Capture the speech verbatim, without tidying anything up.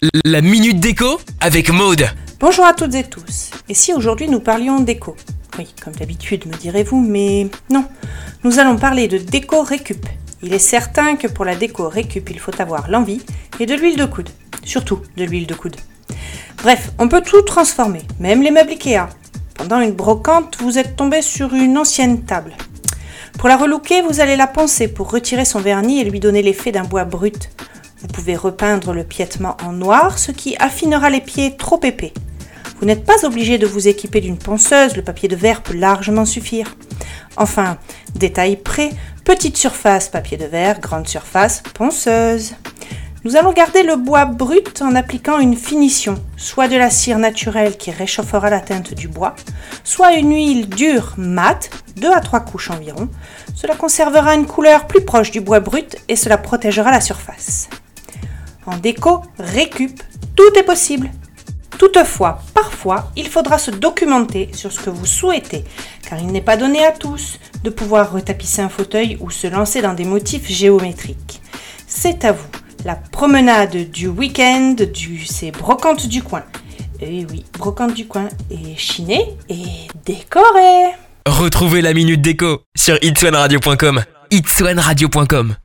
La Minute Déco avec Maude. Bonjour à toutes et tous. Et si aujourd'hui nous parlions déco ? Oui, comme d'habitude me direz-vous, mais non. Nous allons parler de déco récup. Il est certain que pour la déco récup, il faut avoir l'envie et de l'huile de coude. Surtout de l'huile de coude. Bref, on peut tout transformer, même les meubles Ikea. Pendant une brocante, vous êtes tombé sur une ancienne table. Pour la relooker, vous allez la poncer pour retirer son vernis et lui donner l'effet d'un bois brut. Vous pouvez repeindre le piétement en noir, ce qui affinera les pieds trop épais. Vous n'êtes pas obligé de vous équiper d'une ponceuse, le papier de verre peut largement suffire. Enfin, détail près, petite surface papier de verre, grande surface ponceuse. Nous allons garder le bois brut en appliquant une finition, soit de la cire naturelle qui réchauffera la teinte du bois, soit une huile dure mate, deux à trois couches environ. Cela conservera une couleur plus proche du bois brut et cela protégera la surface. En déco récup, tout est possible. Toutefois, parfois, il faudra se documenter sur ce que vous souhaitez, car il n'est pas donné à tous de pouvoir retapisser un fauteuil ou se lancer dans des motifs géométriques. C'est à vous, la promenade du week-end du c'est brocante du coin. Et oui, brocante du coin est chinée et décorée. Retrouvez la Minute Déco sur itswanradio point com. itswanradio point com